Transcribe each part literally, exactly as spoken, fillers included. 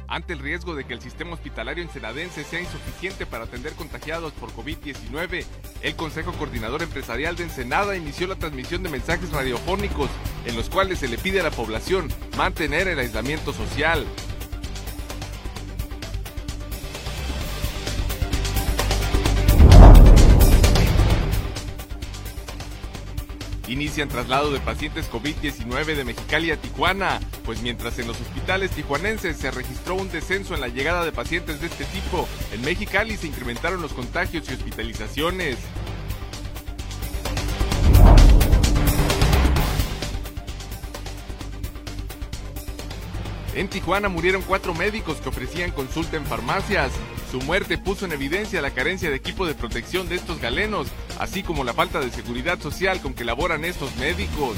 Ante el riesgo de que el sistema hospitalario ensenadense sea insuficiente para atender contagiados por COVID diecinueve, el Consejo Coordinador Empresarial de Ensenada inició la transmisión de mensajes radiofónicos en los cuales se le pide a la población mantener el aislamiento social. Inician traslado de pacientes COVID diecinueve de Mexicali a Tijuana, pues mientras en los hospitales tijuanenses se registró un descenso en la llegada de pacientes de este tipo, en Mexicali se incrementaron los contagios y hospitalizaciones. En Tijuana murieron cuatro médicos que ofrecían consulta en farmacias. Su muerte puso en evidencia la carencia de equipo de protección de estos galenos, así como la falta de seguridad social con que laboran estos médicos.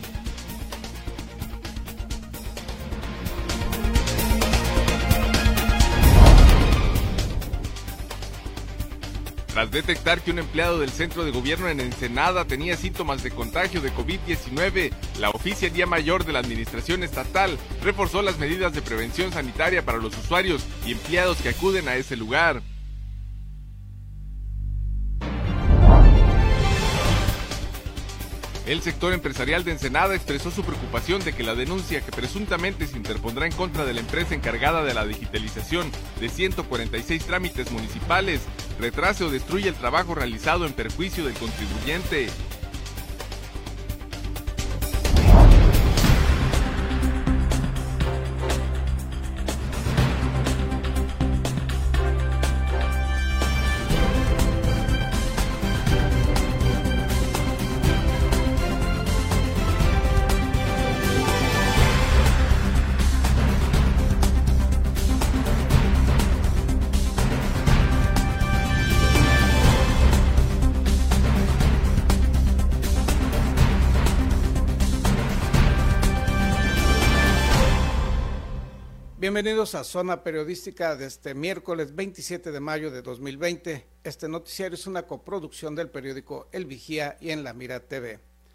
Tras detectar que un empleado del centro de gobierno en Ensenada tenía síntomas de contagio de COVID diecinueve, la Oficialía Mayor de la Administración Estatal reforzó las medidas de prevención sanitaria para los usuarios y empleados que acuden a ese lugar. El sector empresarial de Ensenada expresó su preocupación de que la denuncia que presuntamente se interpondrá en contra de la empresa encargada de la digitalización de ciento cuarenta y seis trámites municipales retrase o destruya el trabajo realizado en perjuicio del contribuyente. Bienvenidos a Zona Periodística de este miércoles veintisiete de mayo de dos mil veinte. Este noticiario es una coproducción del periódico El Vigía y En La Mira T V.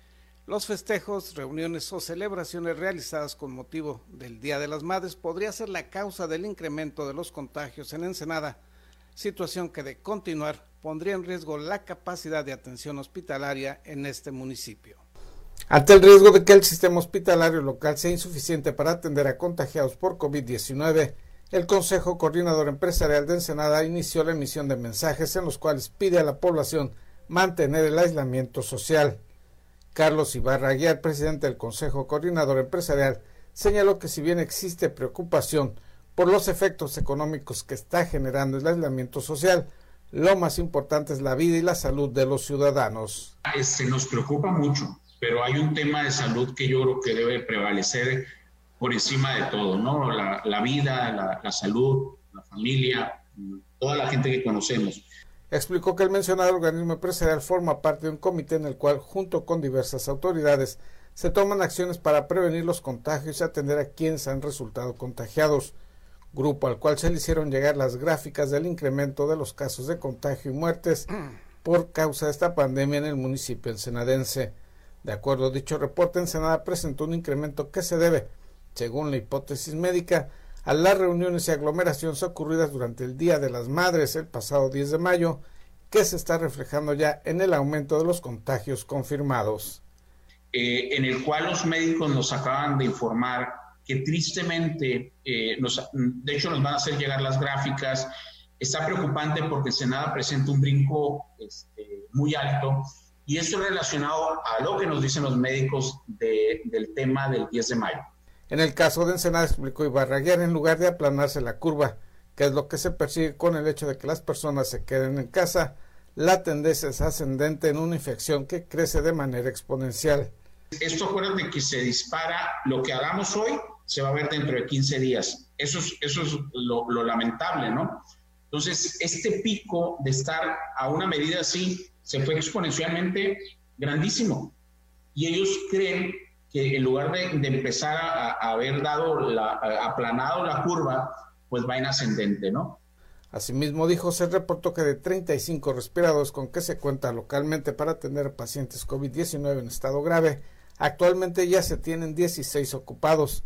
Los festejos, reuniones o celebraciones realizadas con motivo del Día de las Madres podría ser la causa del incremento de los contagios en Ensenada, situación que de continuar pondría en riesgo la capacidad de atención hospitalaria en este municipio. Ante el riesgo de que el sistema hospitalario local sea insuficiente para atender a contagiados por COVID diecinueve, el Consejo Coordinador Empresarial de Ensenada inició la emisión de mensajes en los cuales pide a la población mantener el aislamiento social. Carlos Ibarra Aguiar, presidente del Consejo Coordinador Empresarial, señaló que si bien existe preocupación por los efectos económicos que está generando el aislamiento social, lo más importante es la vida y la salud de los ciudadanos. Se nos preocupa mucho, pero hay un tema de salud que yo creo que debe prevalecer por encima de todo, ¿no? La, la vida, la, la salud, la familia, toda la gente que conocemos. Explicó que el mencionado organismo empresarial forma parte de un comité en el cual, junto con diversas autoridades, se toman acciones para prevenir los contagios y atender a quienes han resultado contagiados, grupo al cual se le hicieron llegar las gráficas del incremento de los casos de contagio y muertes por causa de esta pandemia en el municipio ensenadense. De acuerdo a dicho reporte, Ensenada presentó un incremento que se debe, según la hipótesis médica, a las reuniones y aglomeraciones ocurridas durante el Día de las Madres el pasado diez de mayo, que se está reflejando ya en el aumento de los contagios confirmados. Eh, en el cual los médicos nos acaban de informar que tristemente, eh, nos, de hecho nos van a hacer llegar las gráficas, está preocupante porque Ensenada presenta un brinco este, muy alto. Y esto es relacionado a lo que nos dicen los médicos de, del tema del diez de mayo. En el caso de Ensenada, explicó Ibarra Aguiar, en lugar de aplanarse la curva, que es lo que se persigue con el hecho de que las personas se queden en casa, la tendencia es ascendente en una infección que crece de manera exponencial. Esto, acuérdate que se dispara, lo que hagamos hoy se va a ver dentro de quince días. Eso es, eso es lo, lo lamentable, ¿no? Entonces, este pico de estar a una medida así se fue exponencialmente grandísimo. Y ellos creen que en lugar de, de empezar a, a haber dado la, a, aplanado la curva, pues va en ascendente, ¿no? Asimismo, dijo, se reportó que de treinta y cinco respiradores con que se cuenta localmente para atender pacientes COVID diecinueve en estado grave, actualmente ya se tienen dieciséis ocupados.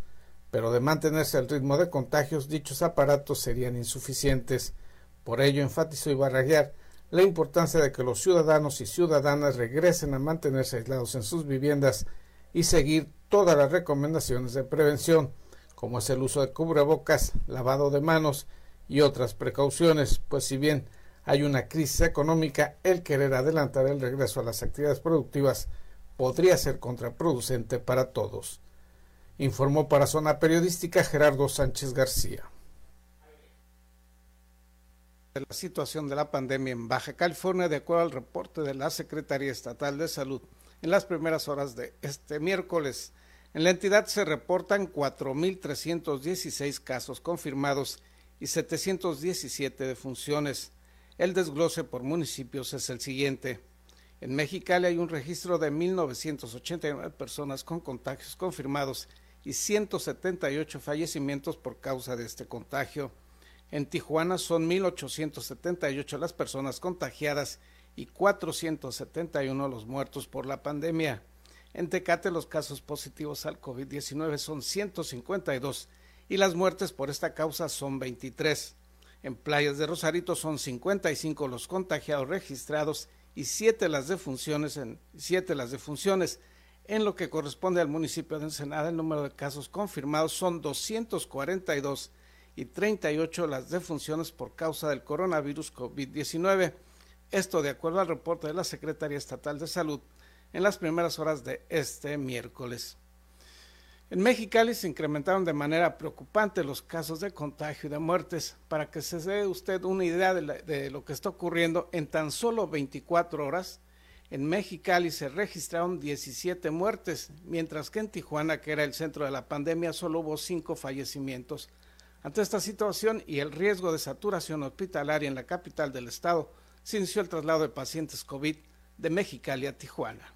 pero de mantenerse al ritmo de contagios, dichos aparatos serían insuficientes. Por ello, enfatizó Ibarraguiar la importancia de que los ciudadanos y ciudadanas regresen a mantenerse aislados en sus viviendas y seguir todas las recomendaciones de prevención, como es el uso de cubrebocas, lavado de manos y otras precauciones, pues si bien hay una crisis económica, el querer adelantar el regreso a las actividades productivas podría ser contraproducente para todos. Informó para Zona Periodística Gerardo Sánchez García. La situación de la pandemia en Baja California, de acuerdo al reporte de la Secretaría Estatal de Salud, en las primeras horas de este miércoles, en la entidad se reportan cuatro mil trescientos dieciséis casos confirmados y setecientos diecisiete defunciones. El desglose por municipios es el siguiente. En Mexicali hay un registro de mil novecientas ochenta y nueve personas con contagios confirmados y ciento setenta y ocho fallecimientos por causa de este contagio. En Tijuana son mil ochocientas setenta y ocho las personas contagiadas y cuatrocientos setenta y uno los muertos por la pandemia. En Tecate los casos positivos al COVID diecinueve son ciento cincuenta y dos y las muertes por esta causa son veintitrés. En Playas de Rosarito son cincuenta y cinco los contagiados registrados y siete las defunciones en siete las defunciones. En lo que corresponde al municipio de Ensenada, el número de casos confirmados son doscientos cuarenta y dos y treinta y ocho las defunciones por causa del coronavirus COVID diecinueve. Esto de acuerdo al reporte de la Secretaría Estatal de Salud en las primeras horas de este miércoles. En Mexicali se incrementaron de manera preocupante los casos de contagio y de muertes. Para que se dé usted una idea de, la, de lo que está ocurriendo, en tan solo veinticuatro horas, en Mexicali se registraron diecisiete muertes, mientras que en Tijuana, que era el centro de la pandemia, solo hubo cinco fallecimientos. Ante esta situación y el riesgo de saturación hospitalaria en la capital del estado, se inició el traslado de pacientes COVID de Mexicali a Tijuana.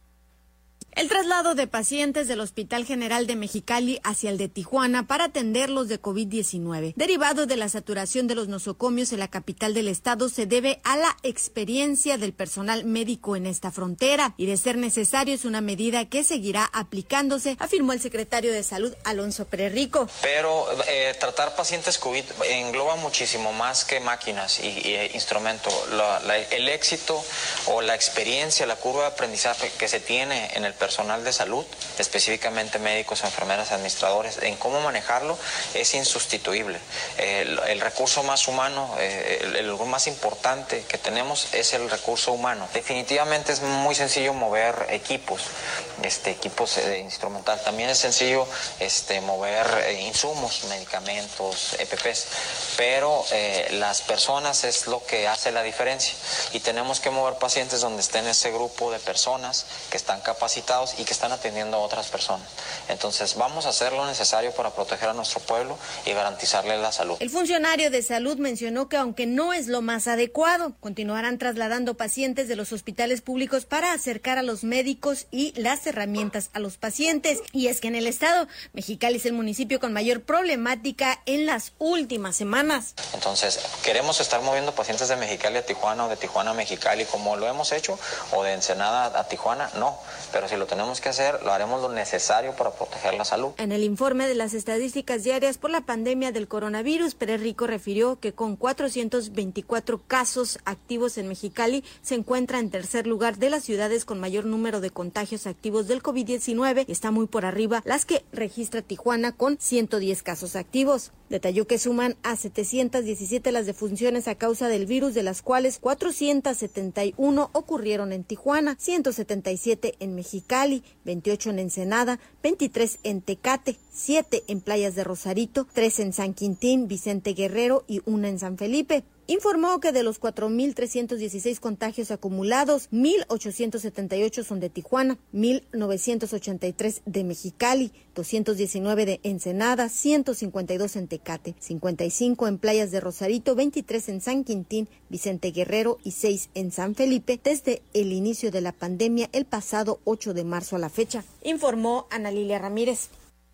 El traslado de pacientes del Hospital General de Mexicali hacia el de Tijuana para atenderlos de COVID diecinueve, derivado de la saturación de los nosocomios en la capital del estado, se debe a la experiencia del personal médico en esta frontera y, de ser necesario, es una medida que seguirá aplicándose, afirmó el secretario de Salud, Alonso Pérez Rico. Pero eh, tratar pacientes COVID engloba muchísimo más que máquinas y, y instrumentos. La, la, el éxito o la experiencia, la curva de aprendizaje que se tiene en el personal de salud, específicamente médicos, enfermeras, administradores, en cómo manejarlo es insustituible. El, el recurso más humano, eh, el, el más importante que tenemos es el recurso humano. Definitivamente es muy sencillo mover equipos, este, equipos eh, instrumental. También es sencillo este, mover eh, insumos, medicamentos, E P Pes, pero eh, las personas es lo que hace la diferencia y tenemos que mover pacientes donde estén ese grupo de personas que están capacitados y que están atendiendo a otras personas. Entonces vamos a hacer lo necesario para proteger a nuestro pueblo y garantizarle la salud. El funcionario de salud mencionó que aunque no es lo más adecuado, continuarán trasladando pacientes de los hospitales públicos para acercar a los médicos y las herramientas a los pacientes. Y es que en el estado, Mexicali es el municipio con mayor problemática en las últimas semanas. Entonces queremos estar moviendo pacientes de Mexicali a Tijuana o de Tijuana a Mexicali como lo hemos hecho, o de Ensenada a Tijuana, no. Pero si lo tenemos que hacer, lo haremos lo necesario para proteger la salud. En el informe de las estadísticas diarias por la pandemia del coronavirus, Pérez Rico refirió que con cuatrocientos veinticuatro casos activos en Mexicali, se encuentra en tercer lugar de las ciudades con mayor número de contagios activos del COVID diecinueve y está muy por arriba las que registra Tijuana con ciento diez casos activos. Detalló que suman a setecientas diecisiete las defunciones a causa del virus, de las cuales cuatrocientas setenta y uno ocurrieron en Tijuana, ciento setenta y siete en Mexicali, veintiocho en Ensenada, veintitrés en Tecate, siete en Playas de Rosarito, tres en San Quintín, Vicente Guerrero y una en San Felipe. Informó que de los cuatro mil trescientos dieciséis contagios acumulados, mil ochocientos setenta y ocho son de Tijuana, mil novecientos ochenta y tres de Mexicali, doscientos diecinueve de Ensenada, ciento cincuenta y dos en Tecate, cincuenta y cinco en Playas de Rosarito, veintitrés en San Quintín, Vicente Guerrero y seis en San Felipe, desde el inicio de la pandemia el pasado ocho de marzo a la fecha, informó Ana Lilia Ramírez.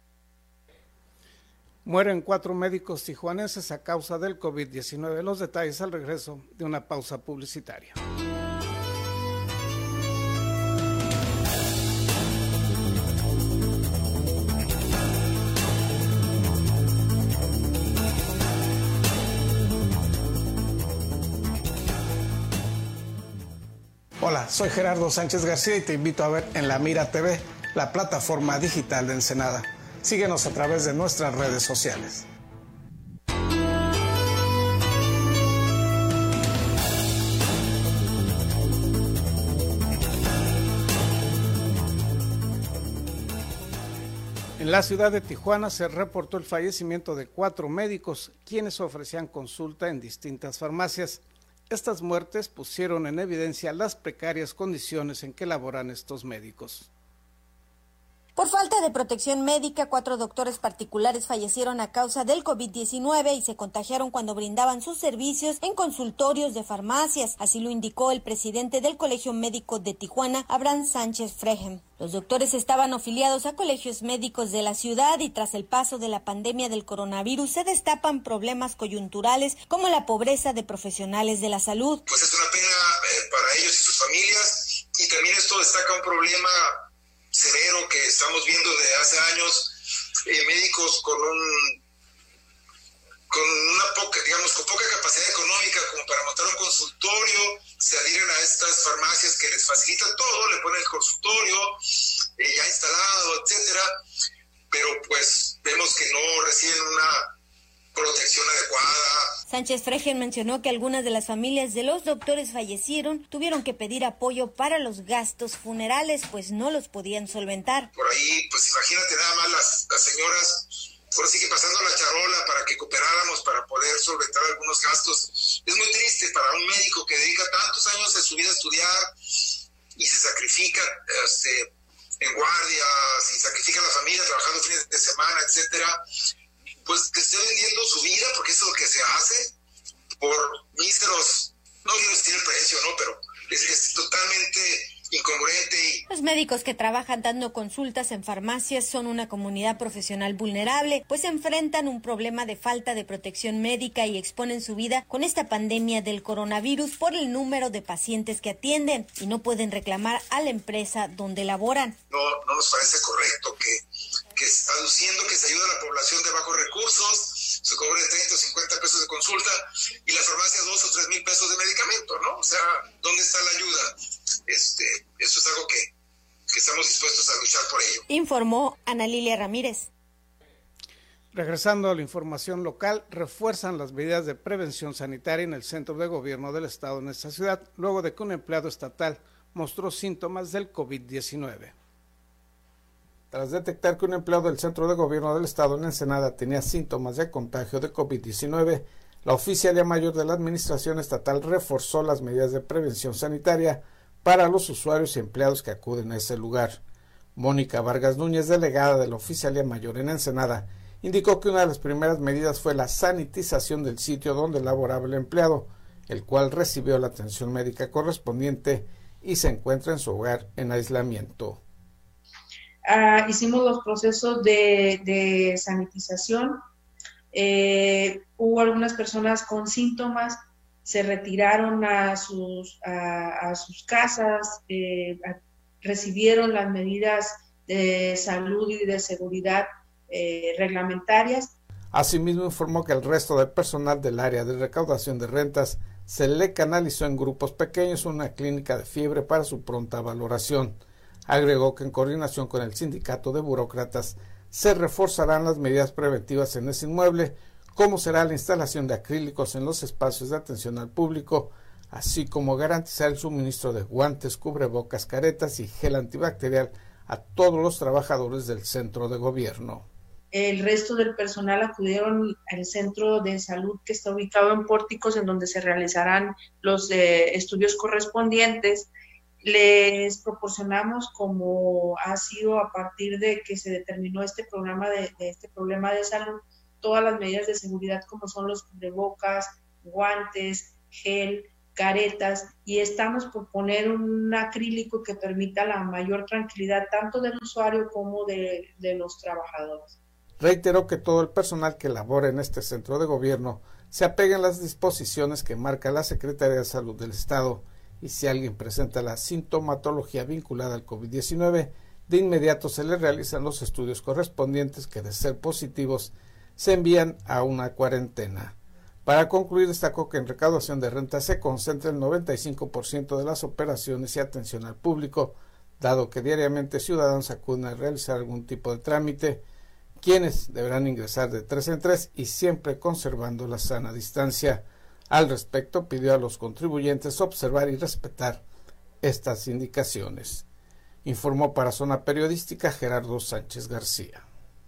Mueren cuatro médicos tijuanenses a causa del COVID diecinueve. Los detalles al regreso de una pausa publicitaria. Hola, soy Gerardo Sánchez García y te invito a ver en La Mira T V, la plataforma digital de Ensenada. Síguenos a través de nuestras redes sociales. En la ciudad de Tijuana se reportó el fallecimiento de cuatro médicos, quienes ofrecían consulta en distintas farmacias. Estas muertes pusieron en evidencia las precarias condiciones en que laboran estos médicos. Por falta de protección médica, cuatro doctores particulares fallecieron a causa del COVID diecinueve y se contagiaron cuando brindaban sus servicios en consultorios de farmacias. Así lo indicó el presidente del Colegio Médico de Tijuana, Abraham Sánchez Frejem. Los doctores estaban afiliados a colegios médicos de la ciudad y tras el paso de la pandemia del coronavirus se destapan problemas coyunturales como la pobreza de profesionales de la salud. Pues es una pena eh, para ellos y sus familias, y también esto destaca un problema severo que estamos viendo desde hace años, eh, médicos con un con una poca, digamos, con poca capacidad económica como para montar un consultorio, se adhieren a estas farmacias que les facilitan todo, le ponen el consultorio eh, ya instalado, etcétera, pero pues vemos que no reciben una protección adecuada. Sánchez Frejen mencionó que algunas de las familias de los doctores fallecieron tuvieron que pedir apoyo para los gastos funerales, pues no los podían solventar. Por ahí, pues imagínate nada más las, las señoras, ahora sí que pasando la charola para que cooperáramos para poder solventar algunos gastos. Es muy triste para un médico que dedica tantos años de su vida a estudiar y se sacrifica este, en guardias y sacrifica a la familia trabajando fines de semana, etcétera, pues que esté vendiendo su vida, porque eso es lo que se hace, por míseros, no quiero decir el precio, ¿no? Pero es, es totalmente incongruente. Y... Los médicos que trabajan dando consultas en farmacias son una comunidad profesional vulnerable, pues enfrentan un problema de falta de protección médica y exponen su vida con esta pandemia del coronavirus por el número de pacientes que atienden y no pueden reclamar a la empresa donde laboran. No, no nos parece correcto que que aduciendo que se ayuda a la población de bajos recursos, se cobre treinta o cincuenta pesos de consulta y la farmacia dos o tres mil pesos de medicamento, ¿no? O sea, ¿dónde está la ayuda? Este, eso es algo que, que estamos dispuestos a luchar por ello. Informó Ana Lilia Ramírez. Regresando a la información local, refuerzan las medidas de prevención sanitaria en el centro de gobierno del estado en esta ciudad, luego de que un empleado estatal mostró síntomas del COVID diecinueve. Tras detectar que un empleado del Centro de Gobierno del Estado en Ensenada tenía síntomas de contagio de COVID diecinueve, la Oficialía Mayor de la Administración Estatal reforzó las medidas de prevención sanitaria para los usuarios y empleados que acuden a ese lugar. Mónica Vargas Núñez, delegada de la Oficialía Mayor en Ensenada, indicó que una de las primeras medidas fue la sanitización del sitio donde laboraba el empleado, el cual recibió la atención médica correspondiente y se encuentra en su hogar en aislamiento. Uh, hicimos los procesos de, de sanitización, eh, hubo algunas personas con síntomas, se retiraron a sus, a, a sus casas, eh, a, recibieron las medidas de salud y de seguridad eh, reglamentarias. Asimismo informó que el resto del personal del área de recaudación de rentas se le canalizó en grupos pequeños a una clínica de fiebre para su pronta valoración. Agregó que en coordinación con el sindicato de burócratas se reforzarán las medidas preventivas en ese inmueble, como será la instalación de acrílicos en los espacios de atención al público, así como garantizar el suministro de guantes, cubrebocas, caretas y gel antibacterial a todos los trabajadores del centro de gobierno. El resto del personal acudieron al centro de salud que está ubicado en Pórticos, en donde se realizarán los eh, estudios correspondientes. Les proporcionamos, como ha sido a partir de que se determinó este programa de, de este problema de salud, todas las medidas de seguridad como son los cubrebocas, guantes, gel, caretas, y estamos por poner un acrílico que permita la mayor tranquilidad tanto del usuario como de, de los trabajadores. Reiteró que todo el personal que labora en este centro de gobierno se apegue a las disposiciones que marca la Secretaría de Salud del Estado, y si alguien presenta la sintomatología vinculada al COVID diecinueve, de inmediato se le realizan los estudios correspondientes que, de ser positivos, se envían a una cuarentena. Para concluir, destacó que en recaudación de renta se concentra el noventa y cinco por ciento de las operaciones y atención al público, dado que diariamente ciudadanos acuden a realizar algún tipo de trámite, quienes deberán ingresar de tres en tres y siempre conservando la sana distancia. Al respecto, pidió a los contribuyentes observar y respetar estas indicaciones. Informó para Zona Periodística Gerardo Sánchez García.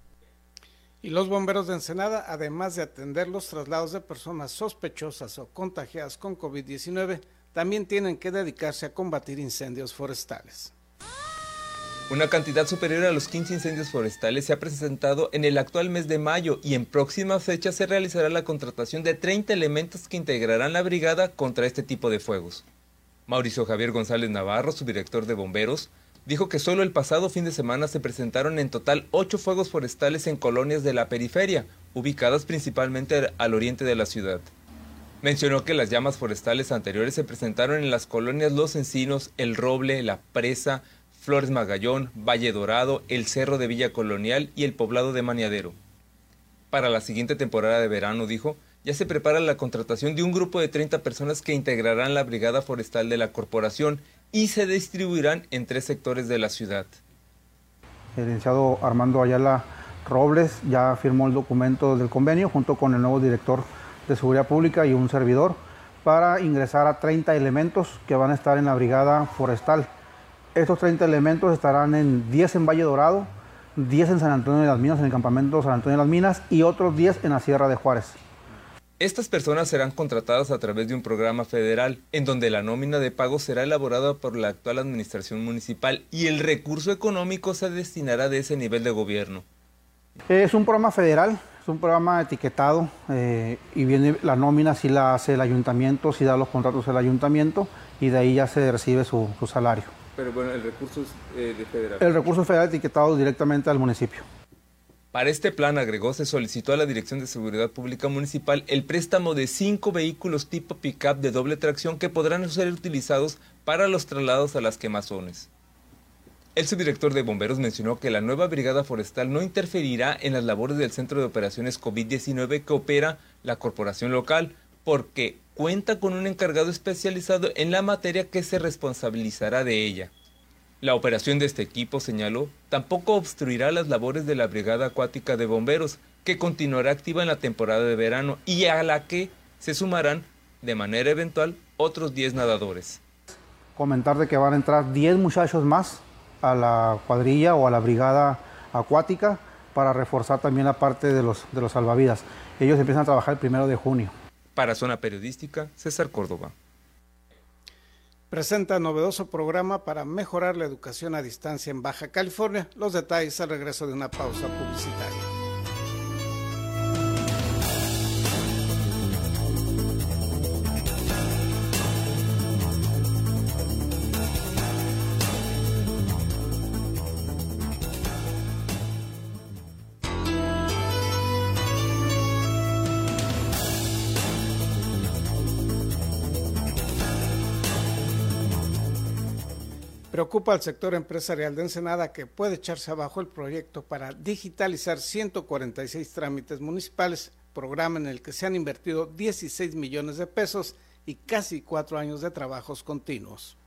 Y los bomberos de Ensenada, además de atender los traslados de personas sospechosas o contagiadas con COVID diecinueve, también tienen que dedicarse a combatir incendios forestales. Una cantidad superior a los quince incendios forestales se ha presentado en el actual mes de mayo y en próximas fechas se realizará la contratación de treinta elementos que integrarán la brigada contra este tipo de fuegos. Mauricio Javier González Navarro, subdirector de bomberos, dijo que solo el pasado fin de semana se presentaron en total ocho fuegos forestales en colonias de la periferia, ubicadas principalmente al oriente de la ciudad. Mencionó que las llamas forestales anteriores se presentaron en las colonias Los Encinos, El Roble, La Presa, Flores Magallón, Valle Dorado, el Cerro de Villa Colonial y el poblado de Maniadero. Para la siguiente temporada de verano, dijo, ya se prepara la contratación de un grupo de treinta personas que integrarán la brigada forestal de la corporación y se distribuirán en tres sectores de la ciudad. El licenciado Armando Ayala Robles ya firmó el documento del convenio junto con el nuevo director de Seguridad Pública y un servidor para ingresar a treinta elementos que van a estar en la brigada forestal. Estos treinta elementos estarán en diez en Valle Dorado, diez en San Antonio de las Minas, en el campamento San Antonio de las Minas, y otros diez en la Sierra de Juárez. Estas personas serán contratadas a través de un programa federal, en donde la nómina de pago será elaborada por la actual administración municipal y el recurso económico se destinará de ese nivel de gobierno. Es un programa federal, es un programa etiquetado eh, y viene la nómina si la hace el ayuntamiento, si da los contratos el ayuntamiento y de ahí ya se recibe su, su salario. Pero bueno, el recurso es eh, de federal. El recurso federal etiquetado directamente al municipio. Para este plan, agregó, se solicitó a la Dirección de Seguridad Pública Municipal el préstamo de cinco vehículos tipo pick-up de doble tracción que podrán ser utilizados para los traslados a las quemazones. El subdirector de bomberos mencionó que la nueva brigada forestal no interferirá en las labores del Centro de Operaciones COVID diecinueve que opera la corporación local, porque cuenta con un encargado especializado en la materia que se responsabilizará de ella. La operación de este equipo, señaló, tampoco obstruirá las labores de la Brigada Acuática de Bomberos, que continuará activa en la temporada de verano y a la que se sumarán, de manera eventual, otros diez nadadores. Comentar de que van a entrar diez muchachos más a la cuadrilla o a la Brigada Acuática para reforzar también la parte de los, de los salvavidas. Ellos empiezan a trabajar el primero de junio. Para Zona Periodística, César Córdoba. Presenta novedoso programa para mejorar la educación a distancia en Baja California. Los detalles al regreso de una pausa publicitaria. Preocupa al sector empresarial de Ensenada que puede echarse abajo el proyecto para digitalizar ciento cuarenta y seis trámites municipales, programa en el que se han invertido dieciséis millones de pesos y casi cuatro años de trabajos continuos.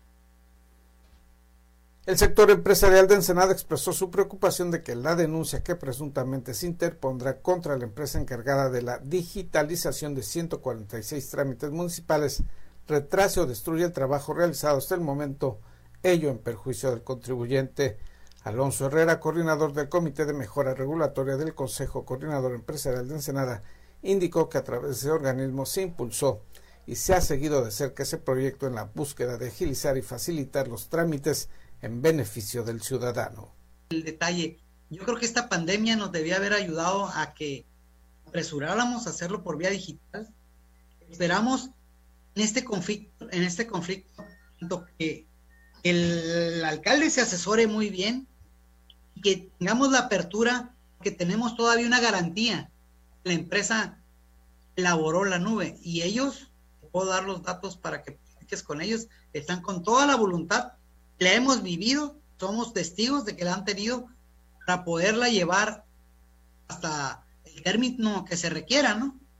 El sector empresarial de Ensenada expresó su preocupación de que la denuncia que presuntamente se interpondrá contra la empresa encargada de la digitalización de ciento cuarenta y seis trámites municipales retrase o destruya el trabajo realizado hasta el momento, ello en perjuicio del contribuyente. Alonso Herrera, coordinador del Comité de Mejora Regulatoria del Consejo Coordinador Empresarial de Ensenada, indicó que a través de ese organismo se impulsó y se ha seguido de cerca ese proyecto en la búsqueda de agilizar y facilitar los trámites en beneficio del ciudadano. El detalle, yo creo que esta pandemia nos debía haber ayudado a que apresuráramos a hacerlo por vía digital. Esperamos en este conflicto, en este conflicto que el alcalde se asesore muy bien y que tengamos la apertura, que tenemos todavía una garantía. La empresa elaboró la nube y ellos, puedo dar los datos para que platiques con ellos, están con toda la voluntad, la hemos vivido, somos testigos de que la han tenido para poderla llevar hasta el término que se requiera, ¿no?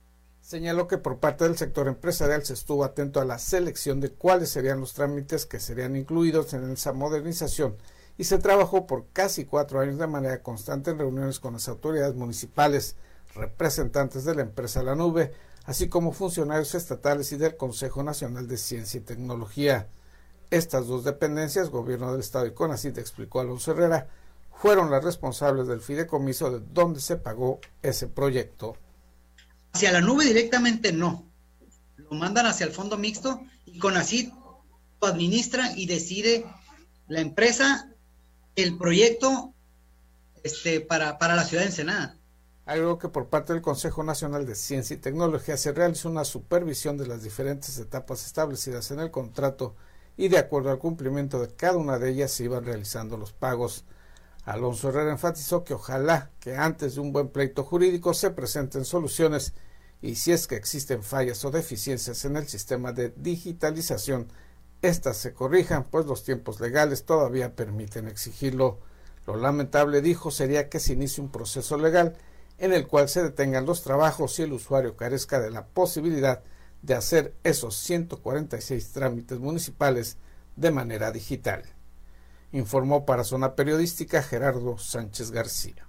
Señaló que por parte del sector empresarial se estuvo atento a la selección de cuáles serían los trámites que serían incluidos en esa modernización y se trabajó por casi cuatro años de manera constante en reuniones con las autoridades municipales, representantes de la empresa La Nube, así como funcionarios estatales y del Consejo Nacional de Ciencia y Tecnología. Estas dos dependencias, Gobierno del Estado y CONACYT, explicó Alonso Herrera, fueron las responsables del fideicomiso de donde se pagó ese proyecto. Hacia la nube directamente no, lo mandan hacia el fondo mixto y CONACYT lo administra y decide la empresa el proyecto este, para, para la ciudad de Ensenada. Algo que por parte del Consejo Nacional de Ciencia y Tecnología se realizó una supervisión de las diferentes etapas establecidas en el contrato y de acuerdo al cumplimiento de cada una de ellas se iban realizando los pagos. Alonso Herrera enfatizó que ojalá que antes de un buen pleito jurídico se presenten soluciones y si es que existen fallas o deficiencias en el sistema de digitalización, estas se corrijan, pues los tiempos legales todavía permiten exigirlo. Lo lamentable, dijo, sería que se inicie un proceso legal en el cual se detengan los trabajos y el usuario carezca de la posibilidad de hacer esos ciento cuarenta y seis trámites municipales de manera digital. Informó para Zona Periodística Gerardo Sánchez García.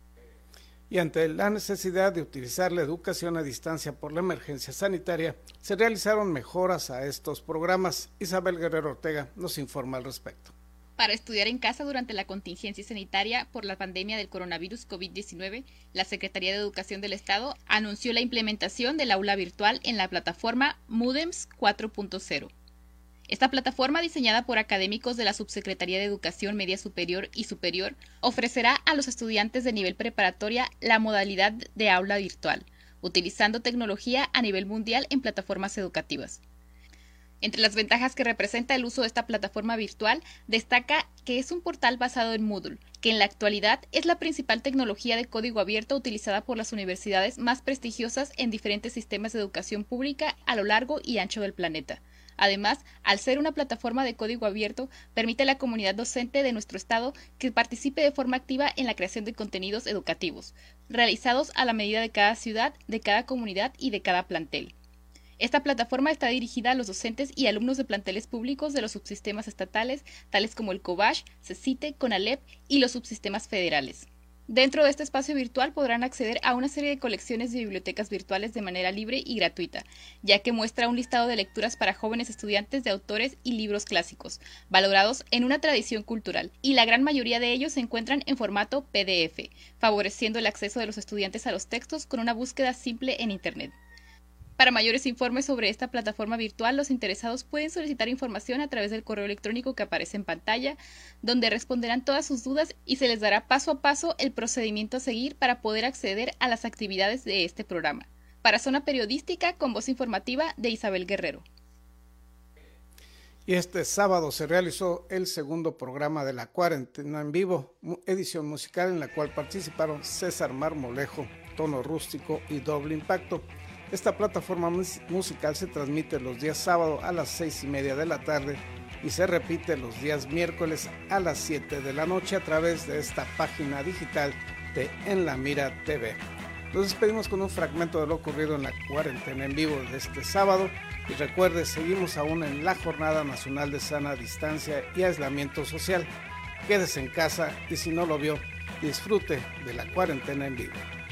Y ante la necesidad de utilizar la educación a distancia por la emergencia sanitaria, se realizaron mejoras a estos programas. Isabel Guerrero Ortega nos informa al respecto. Para estudiar en casa durante la contingencia sanitaria por la pandemia del coronavirus COVID diecinueve, la Secretaría de Educación del Estado anunció la implementación del aula virtual en la plataforma Moodle's cuatro punto cero. Esta plataforma, diseñada por académicos de la Subsecretaría de Educación Media Superior y Superior, ofrecerá a los estudiantes de nivel preparatoria la modalidad de aula virtual, utilizando tecnología a nivel mundial en plataformas educativas. Entre las ventajas que representa el uso de esta plataforma virtual, destaca que es un portal basado en Moodle, que en la actualidad es la principal tecnología de código abierto utilizada por las universidades más prestigiosas en diferentes sistemas de educación pública a lo largo y ancho del planeta. Además, al ser una plataforma de código abierto, permite a la comunidad docente de nuestro estado que participe de forma activa en la creación de contenidos educativos, realizados a la medida de cada ciudad, de cada comunidad y de cada plantel. Esta plataforma está dirigida a los docentes y alumnos de planteles públicos de los subsistemas estatales, tales como el COBASH, CECITE, CONALEP y los subsistemas federales. Dentro de este espacio virtual podrán acceder a una serie de colecciones de bibliotecas virtuales de manera libre y gratuita, ya que muestra un listado de lecturas para jóvenes estudiantes de autores y libros clásicos, valorados en una tradición cultural, y la gran mayoría de ellos se encuentran en formato P D F, favoreciendo el acceso de los estudiantes a los textos con una búsqueda simple en Internet. Para mayores informes sobre esta plataforma virtual, los interesados pueden solicitar información a través del correo electrónico que aparece en pantalla, donde responderán todas sus dudas y se les dará paso a paso el procedimiento a seguir para poder acceder a las actividades de este programa. Para Zona Periodística, con voz informativa de Isabel Guerrero. Y este sábado se realizó el segundo programa de la cuarentena en vivo, edición musical en la cual participaron César Marmolejo, Tono Rústico y Doble Impacto. Esta plataforma musical se transmite los días sábado a las seis y media de la tarde y se repite los días miércoles a las siete de la noche a través de esta página digital de En la Mira T V. Nos despedimos con un fragmento de lo ocurrido en la cuarentena en vivo de este sábado y recuerde, seguimos aún en la Jornada Nacional de Sana Distancia y Aislamiento Social. Quédese en casa y si no lo vio, disfrute de la cuarentena en vivo.